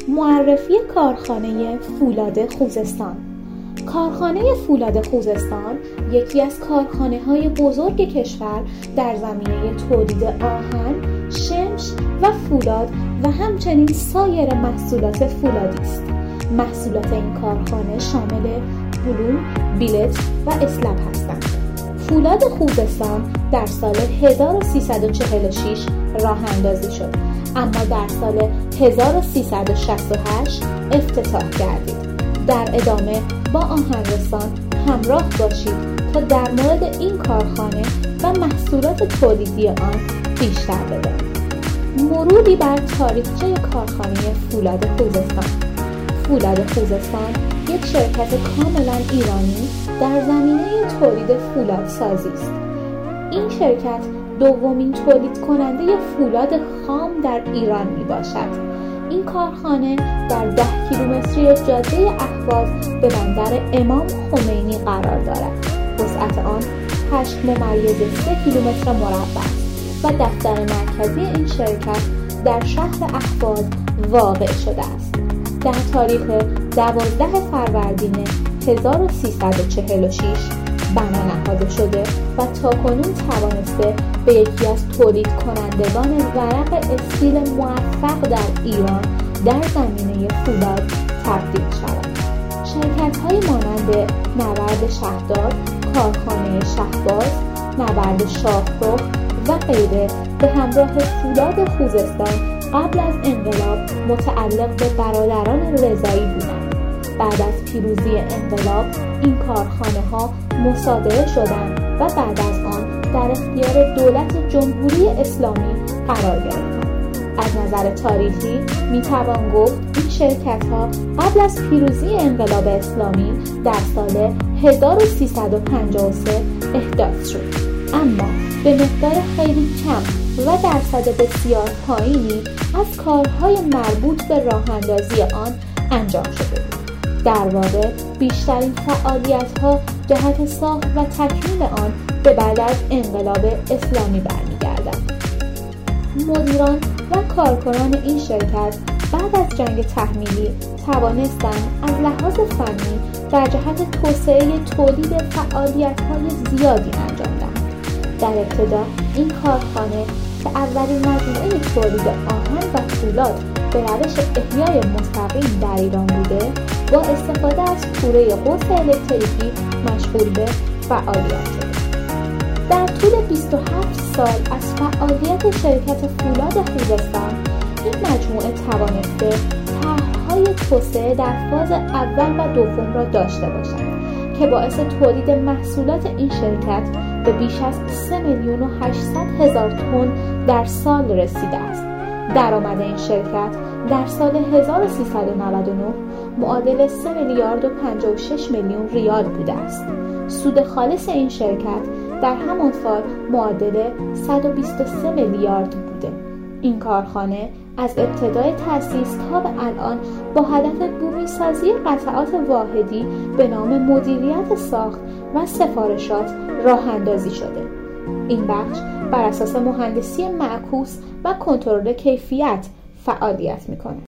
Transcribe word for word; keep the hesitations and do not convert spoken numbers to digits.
معرفی کارخانه فولاد خوزستان. کارخانه فولاد خوزستان یکی از کارخانه‌های بزرگ کشور در زمینه تولید آهن، شمش و فولاد و همچنین سایر محصولات فولادی است. محصولات این کارخانه شامل بلوم، بیلت و اسلب هستند. فولاد خوزستان در سال هزار و سیصد و چهل و شش راه اندازی شد، اما در سال هزار و سیصد و شصت و هشت افتتاح گردید. در ادامه با آهنرسان همراه باشید تا در مورد این کارخانه و محصولات تولیدی آن بیشتر بدانید. مروری بر تاریخچه کارخانه فولاد خوزستان. فولاد خوزستان یک شرکت کاملا ایرانی در زمینه تولید فولاد سازی است. این شرکت دومین تولید کننده فولاد خام در ایران می باشد. این کارخانه در ده کیلومتری جاده اهواز به بندر امام خمینی قرار دارد. وسعت آن هشت ممیز سه کیلومتر مربع است و دفتر مرکزی این شرکت در شهر اهواز واقع شده است. در تاریخ دوازده فروردین هزار و سیصد و چهل و شش بنا نهاده شده و تاکنون توانسته به یکی از تولید کنندگان ورق استیل موفق در ایران در زمینه فولاد تبدیل شود. شرکت‌های مانند نبرد شهردار، کارخانه شهباز، نبرد شاهرخ و غیره به همراه فولاد خوزستان قبل از انقلاب متعلق به برادران رضایی بودند. بعد از پیروزی انقلاب این کارخانه ها مصادره شدند و بعد از آن در اختیار دولت جمهوری اسلامی قرار گرفتند. از نظر تاریخی می توان گفت این شرکت ها قبل از پیروزی انقلاب اسلامی در سال هزار و سیصد و پنجاه و سه احداث شد، اما به مقدار خیلی کم و درصد بسیار پایینی از کارهای مربوط به راه اندازی آن انجام شده بود. در واقع بیشترین فعالیت‌ها جهت ساخت و تکمیل آن به بعد از انقلاب اسلامی برمیگردد. مدیران و کارکنان این شرکت بعد از جنگ تحمیلی توانستند از لحاظ فنی در جهت توسعه تولید فعالیت‌های زیادی انجام دهند. در ابتدا این کارخانه که اولین مجموعه تولید آهن و فولاد به روش احیای مستقیم در ایران بوده، با استفاده از پوره قرص الکتریکی مشغول به فعالیت شده. در طول بیست و هفت سال از فعالیت شرکت فولاد خوزستان این مجموعه توانسته طرح‌های توسعه در فاز اول و دوم را داشته باشد که باعث تولید محصولات این شرکت به بیش از سه میلیون و هشتصد هزار تن در سال رسیده است. درآمد این شرکت در سال هزار و سیصد و نود و نه معادل سه میلیارد و پنجاه و شش میلیون ریال بوده است. سود خالص این شرکت در همان سال معادل صد و بیست و سه میلیارد بوده. این کارخانه از ابتدای تأسیس تا به الان با هدف بومی‌سازی قطعات واحدی به نام مدیریت ساخت و سفارشات راه اندازی شده. این بخش بر اساس مهندسی معکوس و کنترل کیفیت فعالیت می‌کند.